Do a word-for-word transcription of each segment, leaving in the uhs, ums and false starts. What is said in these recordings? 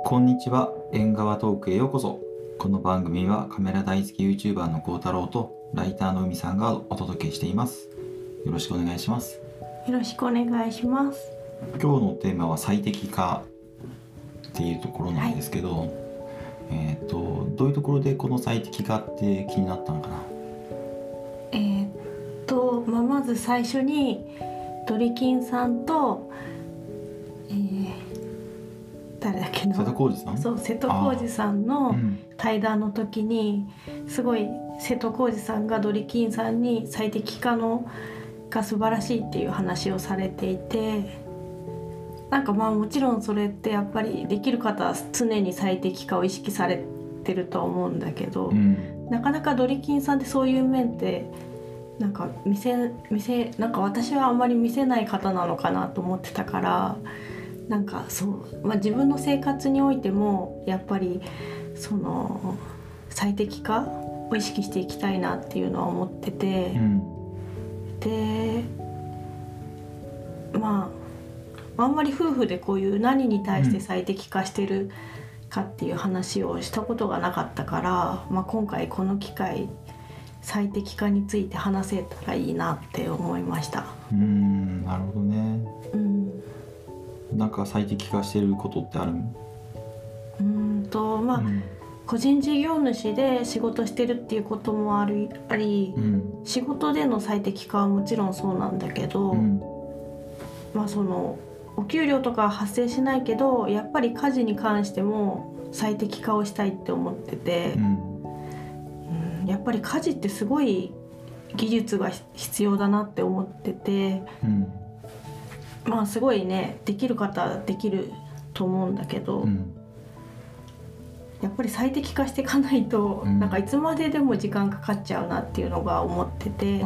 こんにちは。縁側トークへようこそ。この番組はカメラ大好き YouTuber の幸太郎とライターの海さんがお届けしています。よろしくお願いします。 よろしくお願いします。 今日のテーマは最適化っていうところなんですけど、はい、えーとどういうところでこの最適化って気になったのかな。 えー、っと、まあ、まず最初にドリキンさんと、えー、誰だっけな、 瀬戸康史さんそう瀬戸康史さんの対談の時に、うん、すごい瀬戸康史さんがドリキンさんに最適化のが素晴らしいっていう話をされていて、なんかまあもちろんそれってやっぱりできる方は常に最適化を意識されてるとは思うんだけど、うん、なかなかドリキンさんってそういう面ってなんか見せ見せなんか私はあんまり見せない方なのかなと思ってたから、なんかそう、まあ、自分の生活においてもやっぱりその最適化を意識していきたいなっていうのは思ってて、うん、でまああんまり夫婦でこういう何に対して最適化してるかっていう話をしたことがなかったから、まあ、今回この機会最適化について話せたらいいなって思いました。 うーん、なるほどね。 うん、 なんか最適化してることってあるの？ うーんとまあ、うん、個人事業主で仕事してるっていうこともあり、あり、うん、仕事での最適化はもちろんそうなんだけど、うん、まあそのお給料とかは発生しないけどやっぱり家事に関しても最適化をしたいって思ってて、うんうん、やっぱり家事ってすごい技術が必要だなって思ってて、うん、まあすごいねできる方はできると思うんだけど、うん、やっぱり最適化していかないと、うん、なんかいつまででも時間かかっちゃうなっていうのが思ってて、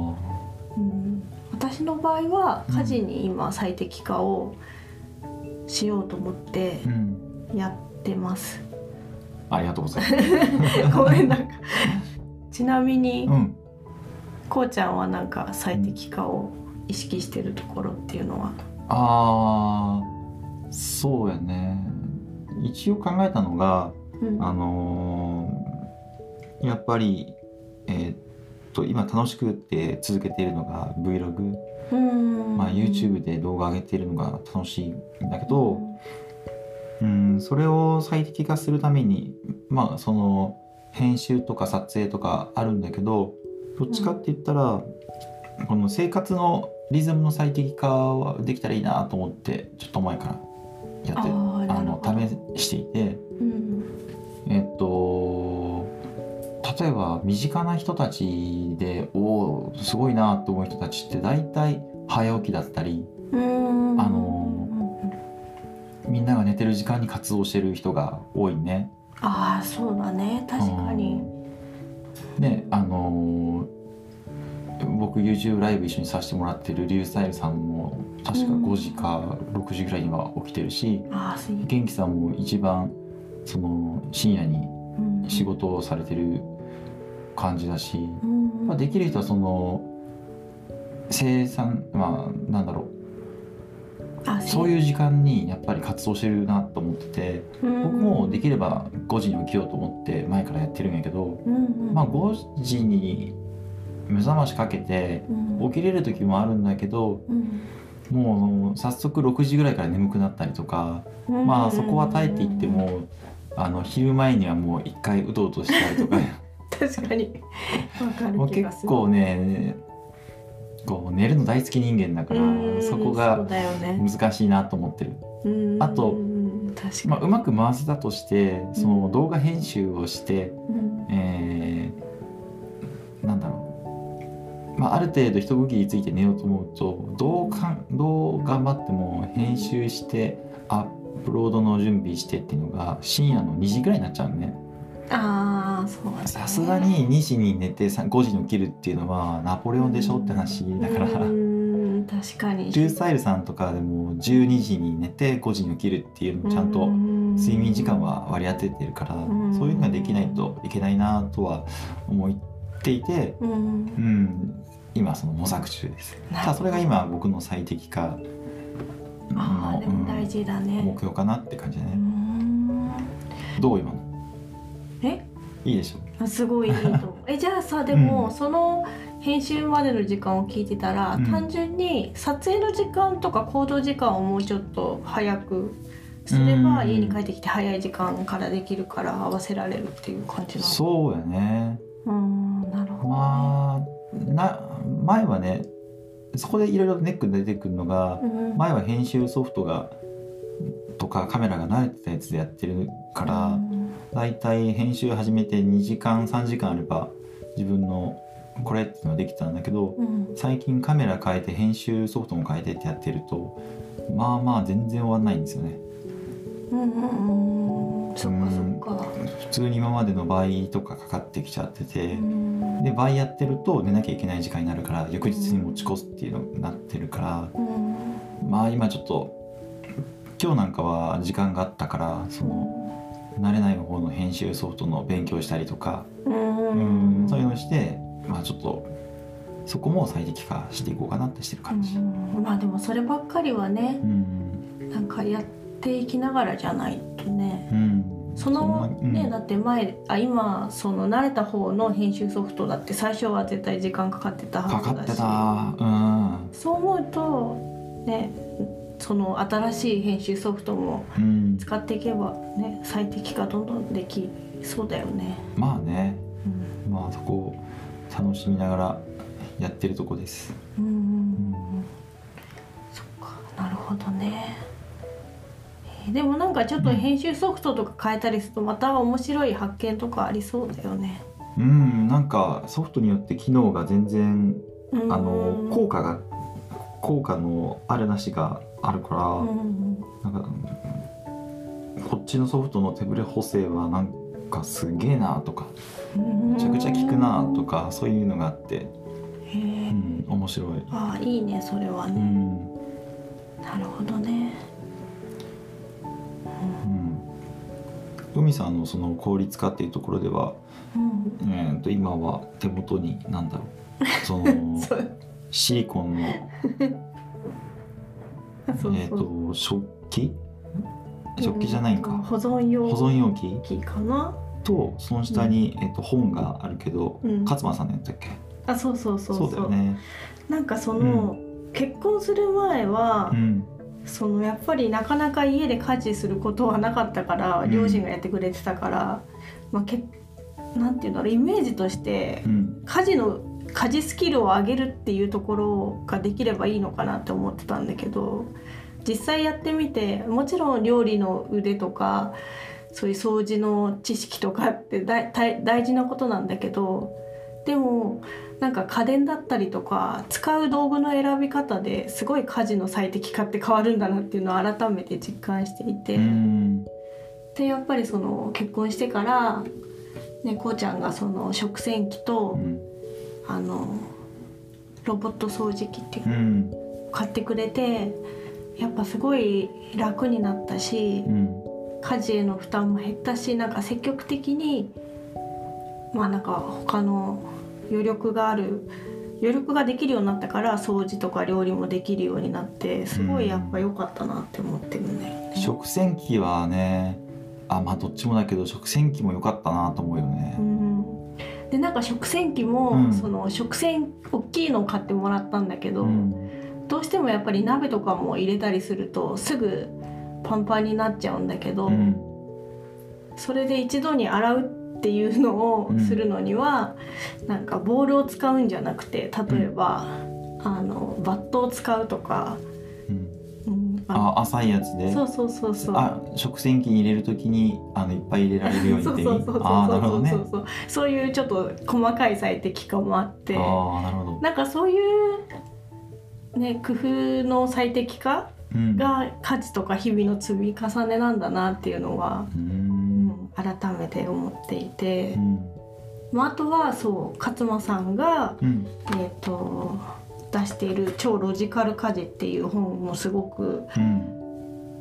私の場合は家事に今最適化をしようと思ってやってます、 うん、ありがとうございますごめんなんかちなみに、うん、こうちゃんはなんか最適化を意識してるところっていうのは？ あー、そうやね。一応考えたのが、うん、あのー、やっぱりえー今楽しくって続けているのが Vlog、うんまあ、YouTube で動画上げているのが楽しいんだけど、うん、それを最適化するためにまあその編集とか撮影とかあるんだけど、どっちかって言ったら、うん、この生活のリズムの最適化はできたらいいなと思ってちょっと前からやってあの試していて、うん、えっと例えば身近な人たちでおーすごいなと思う人たちって大体早起きだったり、あのみんなが寝てる時間に活動してる人が多いね。 ああそうだね、確かに。 ね、あの僕 YouTube ライブ一緒にさせてもらってるリュウスタイルさんも確かごじかろくじぐらいには起きてるし、元気さんも一番その深夜に仕事をされてる感じだし、うんまあ、できる人はその生産まあなんだろうそういう時間にやっぱり活動してるなと思ってて、僕もできればごじに起きようと思って前からやってるんやけど、うんまあ、ごじに目覚ましかけて起きれる時もあるんだけど、うん、もう早速ろくじぐらいから眠くなったりとか、うんまあそこは耐えていってもあの昼前にはもう一回うとうとしたりとか確かに分かる気がする。 結構ねこう寝るの大好き人間だからそこが難しいなと思ってる。うあと確かまあ、うまく回せたとしてその動画編集をして、うんえー、なんだろう、まあ、ある程度一区切りついて寝ようと思うとどうかどう頑張っても編集してアップロードの準備してっていうのが深夜のにじぐらいになっちゃうね。 あそうね、 さすがににじに寝てごじに起きるっていうのはナポレオンでしょって話だから、 うん確かにリュウスタイルさんとかでもじゅうにじに寝てごじに起きるっていうのをちゃんと睡眠時間は割り当ててるからそういうのができないといけないなとは思っていて、うん、うん、今その模索中です。ただそれが今僕の最適化の、 あでも大事だね、 目標かなって感じだね。 うんどう今の？ えいいでしょ？ すごいいいと思うえじゃあさでも、うん、その編集までの時間を聞いてたら、うん、単純に撮影の時間とか行動時間をもうちょっと早くすれば家に帰ってきて早い時間からできるから合わせられるっていう感じなの？ そうやね。 うんなるほど、ね、 まあな前はねそこでいろいろネックで出てくるのが、うん、前は編集ソフトがとかカメラが慣れてたやつでやってるから、うん、だいたい編集始めてにじかんさんじかんあれば自分のこれっていうのができたんだけど、うん、最近カメラ変えて編集ソフトも変えてってやってるとまあまあ全然終わんないんですよね。 うんうんうん、そっかそっか。 普通に今までの倍とかかかってきちゃってて、うん、で倍やってると寝なきゃいけない時間になるから翌日に持ち越すっていうのになってるから、うん、まあ今ちょっと今日なんかは時間があったからその慣れない方の編集ソフトの勉強したりとか、うん、うんそういうのしてまあちょっとそこも最適化していこうかなってしてる感じ。 うん、まあでもそればっかりはね、うん、なんかやっていきながらじゃないとね、うん、そのそ、うん、ねだって前あ今その慣れた方の編集ソフトだって最初は絶対時間かかってたはずだし、 かかってた、うん、 そう思うとねその新しい編集ソフトも使っていけばね、うん、最適化どんどんできそうだよね。 まあね、うん、まあそこを楽しみながらやってるとこです。うん、うん、 そっかなるほどね。でもなんかちょっと編集ソフトとか変えたりするとまた面白い発見とかありそうだよね。 うん、なんかソフトによって機能が全然あの効果が効果のあるなしがあるから、うん、なんかこっちのソフトの手ブレ補正はなんかすげえなとかめちゃくちゃ効くなとかそういうのがあって、へー、うん、面白い。 ああいいねそれはね、うん、なるほどね。 うん、海さんのその効率化っていうところでは、うんえー、と今は手元に何だろうそのシリコンのそうそうえー、と食器食器じゃないんか、うん、 保存用保存用器かなとその下に、うんえー、と本があるけど、うん、勝間さんのやったっけ？ あそうそうそうそうだよね。 なんかその、うん、結婚する前は、うん、そのやっぱりなかなか家で家事することはなかったから、うん、両親がやってくれてたから、まあ、けなんていうんだろうイメージとして、うん、家事の家事スキルを上げるっていうところができればいいのかなって思ってたんだけど実際やってみてもちろん料理の腕とかそういう掃除の知識とかって大大事なことなんだけどでもなんか家電だったりとか使う道具の選び方ですごい家事の最適化って変わるんだなっていうのを改めて実感していてでやっぱりその結婚してからねこうちゃんがその食洗機と、うんあのロボット掃除機っていうのを買ってくれて、うん、やっぱすごい楽になったし、うん、家事への負担も減ったしなんか積極的にまあなんか他の余力がある余力ができるようになったから掃除とか料理もできるようになってすごいやっぱ良かったなって思ってるんだよね、うん、 食洗機はねあまあどっちもだけど食洗機も良かったなと思うよね、うんでなんか食洗機も、うん、その食洗大きいのを買ってもらったんだけど、うん、どうしてもやっぱり鍋とかも入れたりするとすぐパンパンになっちゃうんだけど、うん、それで一度に洗うっていうのをするのには、うん、なんかボウルを使うんじゃなくて例えば、うん、あのバットを使うとか、 あ浅いやつでそうそうそうそうあ食洗機に入れるときにあのいっぱい入れられるようにっていうあなるほどねそうそうそういうちょっと細かい最適化もあってあなるほどなんかそういうね工夫の最適化が家事とか日々の積み重ねなんだなっていうのは、うん、改めて思っていて、うんまあ、あとはそう勝間さんが、うん、えっと出している超ロジカル家事っていう本もすごく、うん、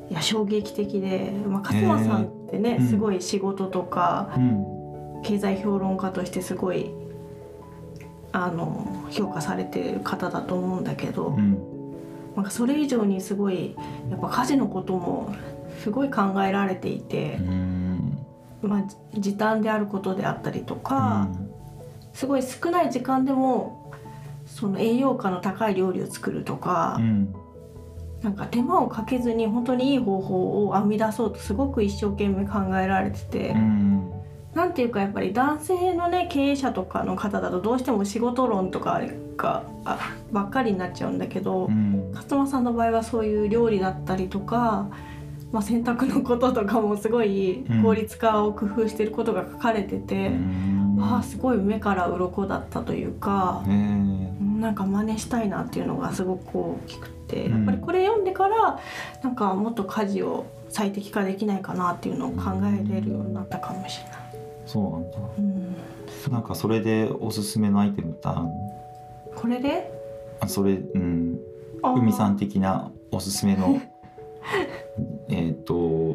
いや衝撃的で、まあ、勝間さんってね、すごい仕事とか、うん、経済評論家としてすごいあの評価されている方だと思うんだけど、うん、なんかそれ以上にすごいやっぱ家事のこともすごい考えられていて、うんまあ、時短であることであったりとか、うん、すごい少ない時間でもその栄養価の高い料理を作るとか、うん、なんか手間をかけずに本当にいい方法を編み出そうとすごく一生懸命考えられてて、うん、なんていうかやっぱり男性のね経営者とかの方だとどうしても仕事論とかがあばっかりになっちゃうんだけど、うん、勝間さんの場合はそういう料理だったりとか、まあ、洗濯のこととかもすごい効率化を工夫していることが書かれてて、うん、ああすごい目から鱗だったというか、うん、なんか真似したいなっていうのがすごく大きくて、やっぱりこれ読んでからなんかもっと家事を最適化できないかなっていうのを考えれるようになったかもしれない。 そうなんだ、うん、なんかそれでおすすめのアイテムってあるの？ これで？ あそれ、うん、海さん的なおすすめのえっと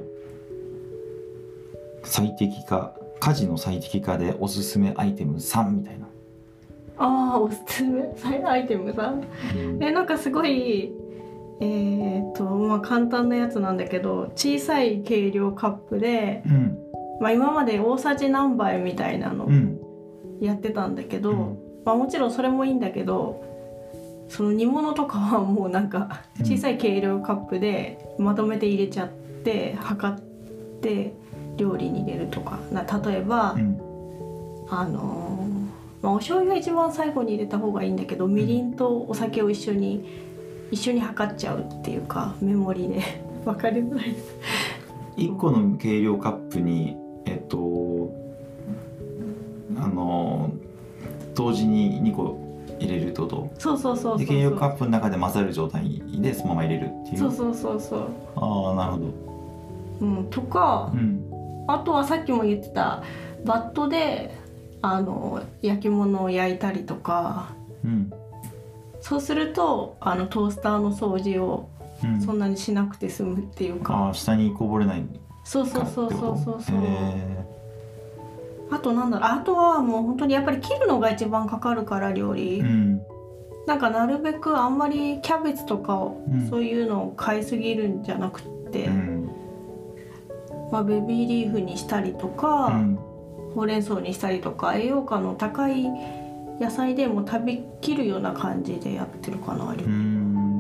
最適化、家事の最適化でおすすめアイテムさんみたいな。 ああおすすめアイテムさん、うん、えなんかすごいえーとまあ、簡単なやつなんだけど、小さい計量カップで、うんまあ、今まで大さじ何杯みたいなのをやってたんだけど、うんまあ、もちろんそれもいいんだけど、その煮物とかはもうなんか小さい計量カップでまとめて入れちゃって測って料理に入れるとか、な例えば、うん、あのーまあ、お醤油が一番最後に入れた方がいいんだけど、みりんとお酒を一緒に一緒に測っちゃうっていうか、メモリで分かりづらいです。 いっこの計量カップにえっとあの同時ににこ入れるってこと？ そうそうそうそうそう。 で計量カップの中で混ざる状態でそのまま入れるっていう。 そうそうそうそう。 ああなるほど。 うんとか、うん、あとはさっきも言ってたバットであの焼き物を焼いたりとか。うん。そうするとあのトースターの掃除をそんなにしなくて済むっていうか、 うん、あ下にこぼれない。 そうそうそうそうそうそう。あとなんだろう、あとはもう本当にやっぱり切るのが一番かかるから料理、うん、なんかなるべくあんまりキャベツとかを、うん、そういうのを買いすぎるんじゃなくて、うんまあ、ベビーリーフにしたりとか、うん、ほうれん草にしたりとか栄養価の高い野菜でも食べきるような感じでやってるかな。うーん、うん、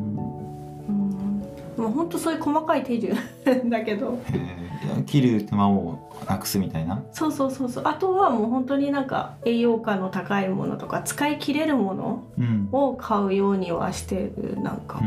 もうほんとそういう細かい手順だけど、 切る手間をなくすみたいな。 そうそうそうそう。あとはもう本当になんか栄養価の高いものとか使い切れるものを買うようにはしてる。なんか、うん、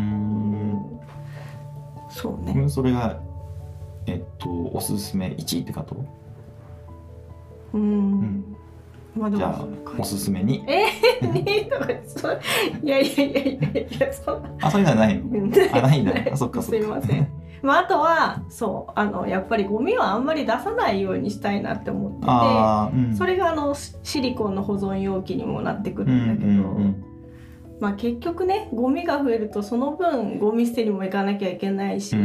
そうね。 それがえっとおすすめいちいってこと？ うん、うんまあ、 じゃあおすすめにえー、にとかそいやいやいやいやいやそんなあそういうのはないのあないんだあそっかそっかすいませんまああとはそうあのやっぱりゴミはあんまり出さないようにしたいなって思ってて、あ、うん、それがあのシリコンの保存容器にもなってくるんだけど、うんうんうん、まあ結局ねゴミが増えるとその分ゴミ捨てにも行かなきゃいけないし、うん、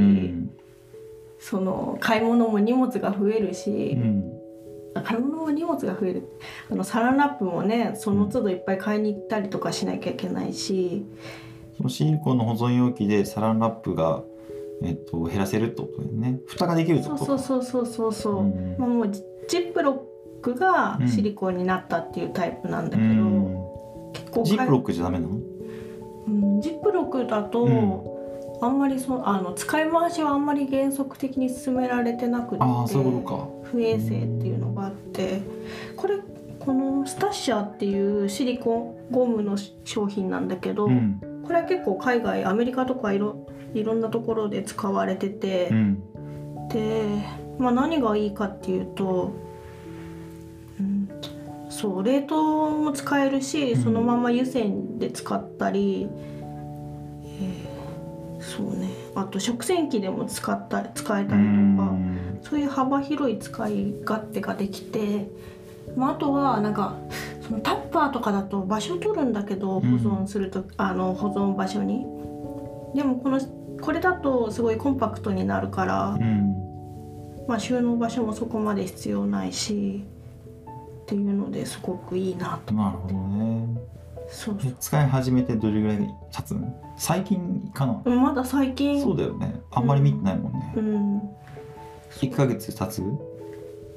その買い物も荷物が増えるし、うん買い物も荷物が増える。あのサランラップもねその都度いっぱい買いに行ったりとかしなきゃいけないし、 そのシリコンの保存容器でサランラップが、えっと、減らせるってことだよね。蓋ができるってことか。 そうそうそうそうそう、うん、まあ、もうジップロックがシリコンになったっていうタイプなんだけど、うん、 結構ジップロックじゃダメなの？ うん、ジップロックだと、うんあんまりそあの使い回しはあんまり原則的に進められてなくて、 あそういうことか。 不衛生っていうのがあって、これこのスタッシャーっていうシリコンゴムの商品なんだけど、うん、これは結構海外アメリカとかいろいろんなところで使われてて、うん、で、まあ、何がいいかっていうと、うん、そう冷凍も使えるし、うん、そのまま湯煎で使ったり、そうね、あと食洗機でも使った使えたりとか、そういう幅広い使い勝手ができて、まあ、あとはなんかそのタッパーとかだと場所取るんだけど保存すると、あの保存場所にでもこのこれだとすごいコンパクトになるから、まあ、収納場所もそこまで必要ないしっていうのですごくいいなと。 なるほどね。 そうそう使い始めてどれぐらい経つの？最近かな？ まだ最近。 そうだよね。あんまり見てないもんね。うん。いっかげつ経つ？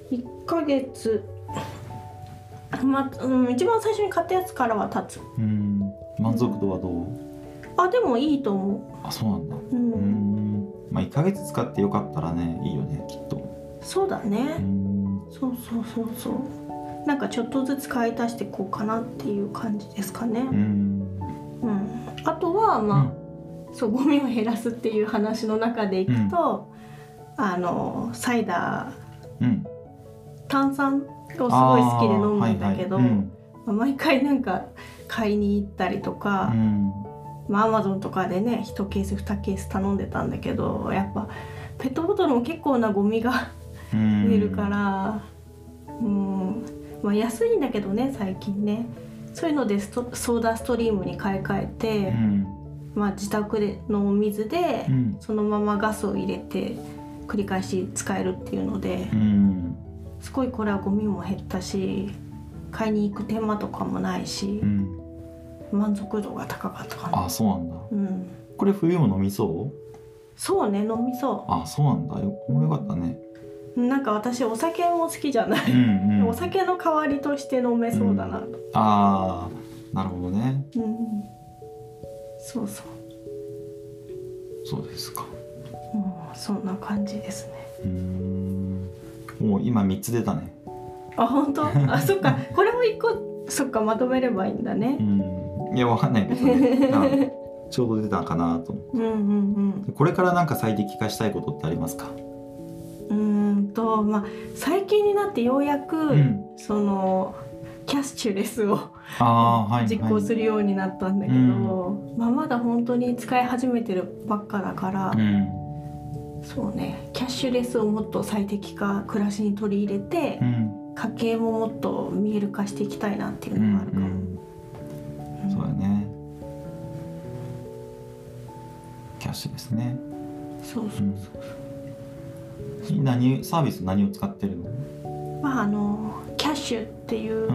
いっかげつ、まうん、一番最初に買ったやつからは経つ。 うん、満足度はどう？ あ、でもいいと思う。 あ、そうなんだ。 うん、 うんまあ、いっかげつ使ってよかったらね、いいよね、きっと。 そうだね。 うんそうそうそうそう。なんかちょっとずつ買い足していこうかなっていう感じですかね。 うんうん、あとはまあ、うん、そうゴミを減らすっていう話の中でいくと、うん、あのサイダー、うん、炭酸をすごい好きで飲むんだけど、はいはいうんまあ、毎回なんか買いに行ったりとか、うんまあ、アマゾンとかでねいちケースにケース頼んでたんだけど、やっぱペットボトルも結構なゴミが出るから、うんまあ、安いんだけどね最近ね。そういうのでストソーダストリームに買い替えて、うんまあ、自宅でのお水でそのままガスを入れて繰り返し使えるっていうので、うん、すごいこれはゴミも減ったし買いに行く手間とかもないし、うん、満足度が高かったかな。 あ、そうなんだ、うん、これ冬も飲みそう？ そうね、飲みそう。 あ、そうなんだよ、よかったね。 なんか私お酒も好きじゃない、うんうん、お酒の代わりとして飲めそうだなと、うん、 あーなるほどね、うん、 そうそうそうですか、 うん、そんな感じですね。 うーんもう今みっつ出たね。 あ、本当？あ、そっかこれもいっこそっかまとめればいいんだね。 うんいやわかんないけどねちょうど出たかなと思って、うんうんうん、これからなんか最適化したいことってありますか？ うーんとまあ、最近になってようやく、うん、そのキャッシュレスをあ、はい、実行するようになったんだけど、うんまあ、まだ本当に使い始めてるばっかだから、うん、そうねキャッシュレスをもっと最適化暮らしに取り入れて、うん、家計ももっと見える化していきたいなっていうのがあるかも、うんうんうん、そうだねキャッシュですね。 そうそうそう、 うん、何サービス何を使ってるの？ まああのキャッシュっていう、うん、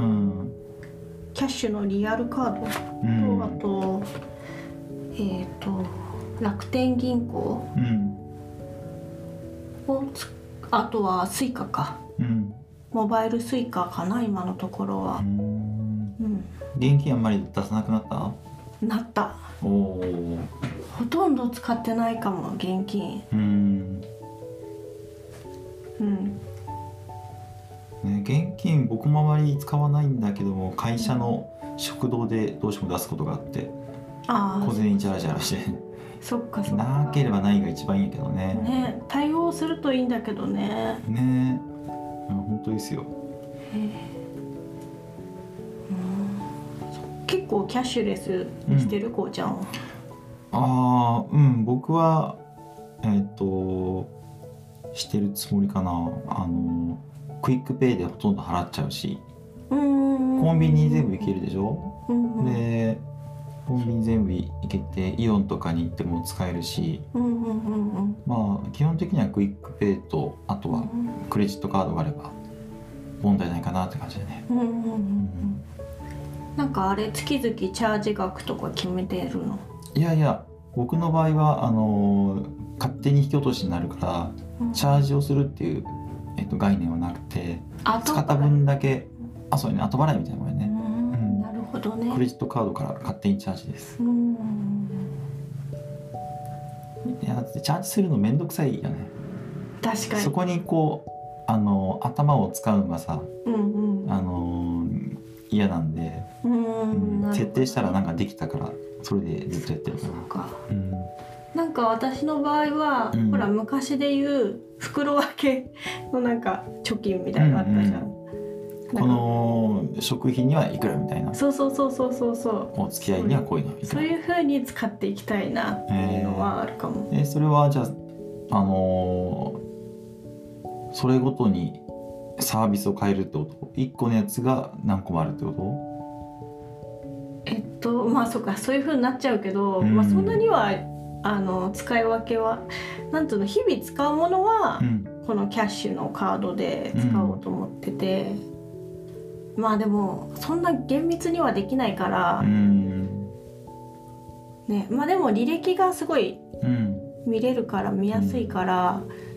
キャッシュのリアルカードと、うん、あとえっ、ー、と楽天銀行をつ、あとはスイカか、うん、モバイルスイカかな今のところは、うんうん、現金あんまり出さなくなった？ なった。 おお。 ほとんど使ってないかも現金。うんうんね、現金僕もあまり使わないんだけども会社の食堂でどうしても出すことがあって小銭ジャラジャラしてそっかそっかなければないが一番いいけどね。 ね対応するといいんだけどね。 ね本当ですよ。 うん結構キャッシュレスにしてる、うん、こうちゃんは。 ああうん僕はえっ、ー、としてるつもりかな。あのクイックペイでほとんど払っちゃうし、うんコンビニ全部行けるでしょ、うんうん、でコンビニ全部行けてイオンとかに行っても使えるし、うんうんうんうん、まあ基本的にはクイックペイとあとはクレジットカードがあれば問題ないかなって感じだね、うんうんうんうん、 なんかあれ月々チャージ額とか決めてるの？ いやいや僕の場合はあの勝手に引き落としになるから、うん、チャージをするっていう、えっと、概念はなくて使った分だけあそうね後払いみたいなもんね、うんうん、 なるほどね。 クレジットカードから勝手にチャージです、うん、いやだってチャージするのめんどくさいよね。 確かにそこにこうあの頭を使うのがさ、うんうん、あの嫌なんで、うんうん、設定したらなんかできたからそれでずっとやってるかな。そうか、うん、 なんか私の場合は、うん、ほら昔でいう袋分けのなんか貯金みたいなのあったじゃん、うんうん、この食費にはいくらみたいな。 そうそうそうそうそうそうお付き合いにはこういうのみたいな。 そういう風に使っていきたいなっていうのはあるかも。 えー、それはじゃああのー、それごとにサービスを変えるってこと？いっこのやつが何個もあるってこと？えっとまあそうかそういう風になっちゃうけど、うんまあ、そんなにはあの使い分けはなんていうの日々使うものは、うん、このキャッシュのカードで使おうと思ってて、うん、まあでもそんな厳密にはできないから、うんね、まあでも履歴がすごい見れるから見やすいから、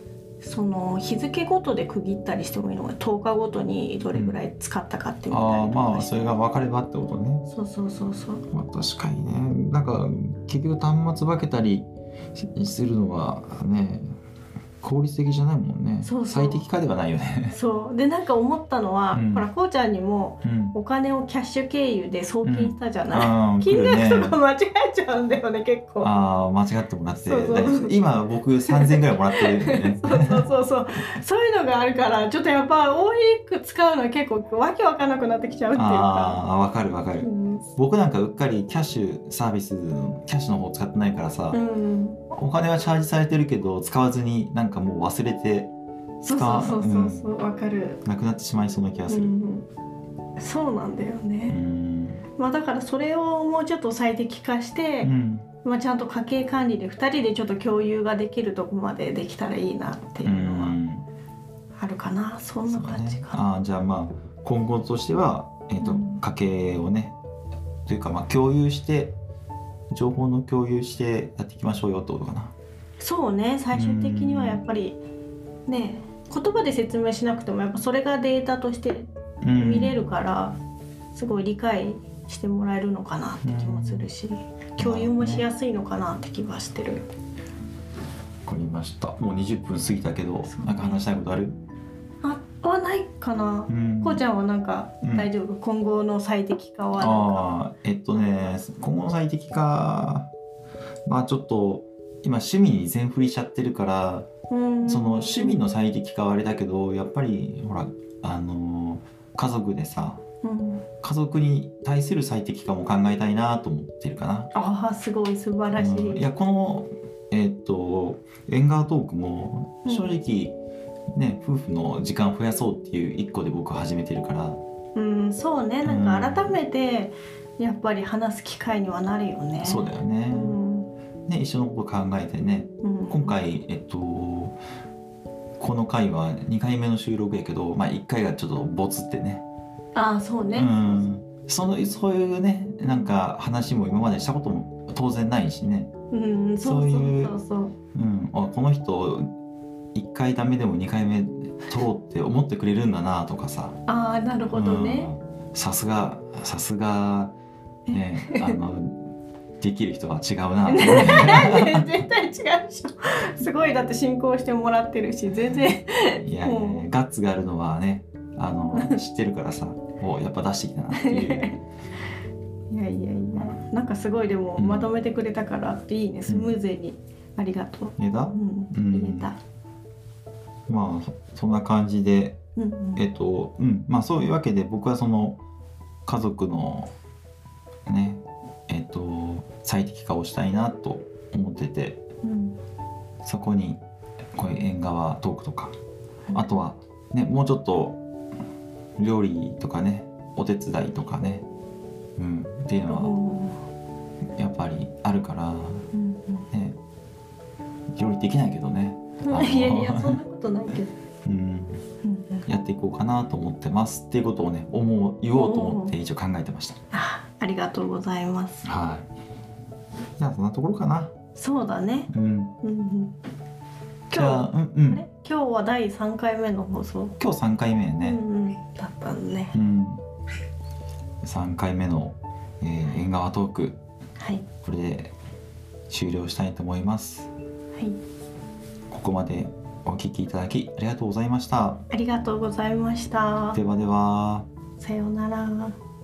その日付ごとで区切ったりしてもいいのがとおかごとにどれぐらい使ったかってみたりとか、 うん、ああまあそれが分かればってことね。 そうそうそうそう。 まあ、確かにね、なんか結局端末分けたりするのはね効率的じゃないもんね。 そうそう、 最適化ではないよね。 そうでなんか思ったのは、うん、ほらこうちゃんにもお金をキャッシュ経由で送金したじゃない、うん、金額とか間違えちゃうんだよね結構。 ああ間違ってもらって、そうそう今僕さんぜんえんぐらいもらってるんでね。 そうそうそうそうそういうのがあるからちょっとやっぱ多く使うのは結構わけわかんなくなってきちゃうっていうか。 ああわかるわかる、うん、僕なんかうっかりキャッシュサービスキャッシュの方使ってないからさ、うん、お金はチャージされてるけど使わずになんかもう忘れてそうそうそうそうそう、わかる。 なくなってしまいそうな気がする、うん、 そうなんだよね、うん、まあだからそれをもうちょっと最適化して、うん、まあちゃんと家計管理でふたりでちょっと共有ができるとこまでできたらいいなっていうのはあるかな、うん、そんな感じかな、 ね、あじゃあまあ今後としては、えーとうん、家計をねというかまあ共有して情報の共有してやっていきましょうよってことかな。 そうね、最終的にはやっぱりね言葉で説明しなくてもやっぱそれがデータとして見れるからすごい理解してもらえるのかなって気もするし、共有もしやすいのかなって気はしてる。 わかりました。もうにじゅっぷん過ぎたけど、なんか話したいことある？ あはないかな。こうちゃんはなんか大丈夫？うん、今後の最適化はなんか。 あえっとね今後の最適化まあちょっと今趣味に全振りしちゃってるから。その趣味の最適化はあれだけどやっぱりほらあのー、家族でさ、うん、家族に対する最適化も考えたいなと思ってるかな。 あすごい素晴らしい、 うん、いやこのえー、っと縁側トークも正直、うん、ね夫婦の時間を増やそうっていう一個で僕は始めてるから。 うんそうね、なんか改めてやっぱり話す機会にはなるよね。 そうだよね、うんね、一緒のこと考えてね、うん、今回、えっと、この回はにかいめの収録やけど、まあ、いっかいがちょっとボツってね。 ああそうね、 うん、そのそういうねなんか話も今までしたことも当然ないしね、 うん、そういうそうそう、 うん、あこの人いっかいダメでもにかいめ取ろうって思ってくれるんだなとかさ。 ああなるほどね、 さすがさすがねあのできる人は違うな絶対違うでしょ。すごいだって進行してもらってるし全然いやいやガッツがあるのはねあの知ってるからさおやっぱ出してきたなっていういやいやいやなんかすごいでもまとめてくれたからっていいね、うん、スムーズにありがとう。 言えた？うん、 言えた。 まあそんな感じで、うんうん、えっとうんまあそういうわけで僕はその家族のねえっと最適化をしたいなと思ってて、うん、そこにこういう縁側トークとか、うん、あとはねもうちょっと料理とかねお手伝いとかね、うん、っていうのはやっぱりあるから、うんね、料理できないけどねいやいやそんなことないけど、うん、 やっていこうかなと思ってますっていうことをね思う言おうと思って一応考えてました。 あ、ありがとうございます。 はい。じゃあそんなところかな。 そうだね。うん。うんうん、 今日、うんうん、あれ今日はだいさんかいめの放送。 今日さんかいめね。 うんうん、だったんね。 うん。さんかいめの、えー、縁側トーク。はい。これで終了したいと思います。はい。ここまでお聞きいただきありがとうございました。 ありがとうございました。 ではでは。 さようなら。